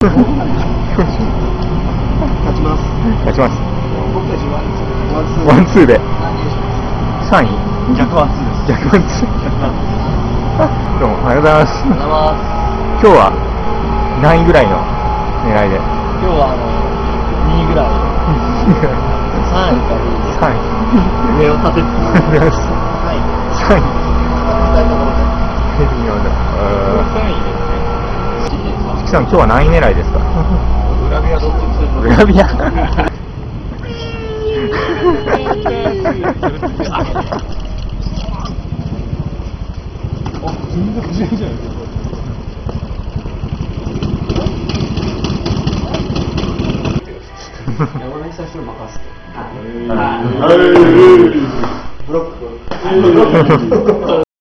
勝ちます。 勝ちます。 僕たちはワンツーで3位。 逆ワンツーです。 逆ワンツー。どうもおはようございます。 おはようございます。 今日は何位ぐらいの狙いで？ 今日は2位ぐらい。3位か 3位。 上を立てて。はい。 3位。 したいところで。 微妙だ。 3位ですね。 月さん、今日は何位狙いですか？ グラビアどっちにするの？ グラビア。 全然不思議じゃないですか。山根最初に任せて。ブロック。